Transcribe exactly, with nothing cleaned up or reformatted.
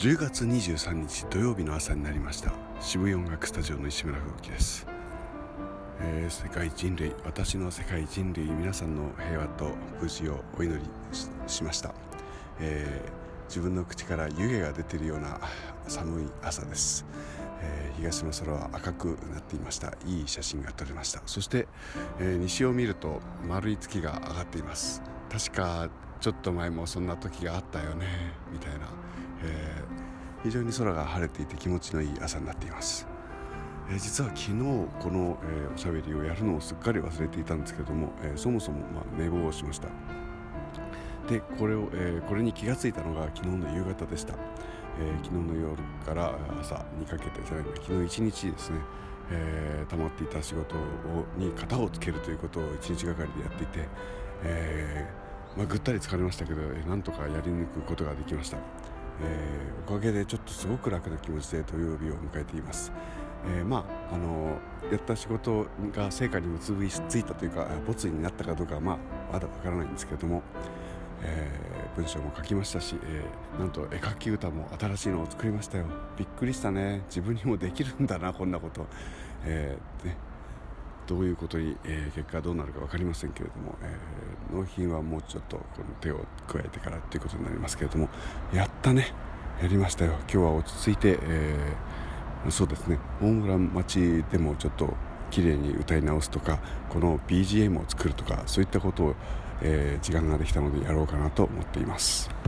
じゅうがつにじゅうさんにち土曜日の朝になりました。渋谷音楽スタジオの石村風紀です。えー、世界人類私の世界人類皆さんの平和と無事をお祈り し, しました、えー、自分の口から湯気が出ているような寒い朝です。えー、東の空は赤くなっていました。いい写真が撮れました。そして、えー、西を見ると丸い月が上がっています。確かちょっと前もそんな時があったよねみたいな、えー、非常に空が晴れていて気持ちのいい朝になっています。えー、実は昨日この、えー、おしゃべりをやるのをすっかり忘れていたんですけども、えー、そもそも、まあ、寝坊をしました。でこれを、えー、これに気がついたのが昨日の夕方でした。えー、昨日の夜から朝にかけてじゃない昨日一日ですね、えー、溜まっていた仕事をに型をつけるということを一日がかりでやっていて、えーまあ、ぐったり疲れましたけど、えー、なんとかやり抜くことができました。えー、おかげでちょっとすごく楽な気持ちで土曜日を迎えています。えー、まああのやった仕事が成果に結びついたというか没意になったかどうかはまあまだわからないんですけれども、えー、文章も書きましたし、えー、なんと絵描き歌も新しいのを作りましたよ。びっくりしたね。自分にもできるんだなこんなこと、えーね、どういうことに、えー、結果どうなるか分かりませんけれども、えー、納品はもうちょっとこの手を加えてからということになりますけれども、やったね、やりましたよ。今日は落ち着いて、えー、そうですね、大村町でもちょっと綺麗に歌い直すとか、この ビージーエム を作るとか、そういったことを、えー、時間ができたのでやろうかなと思っています。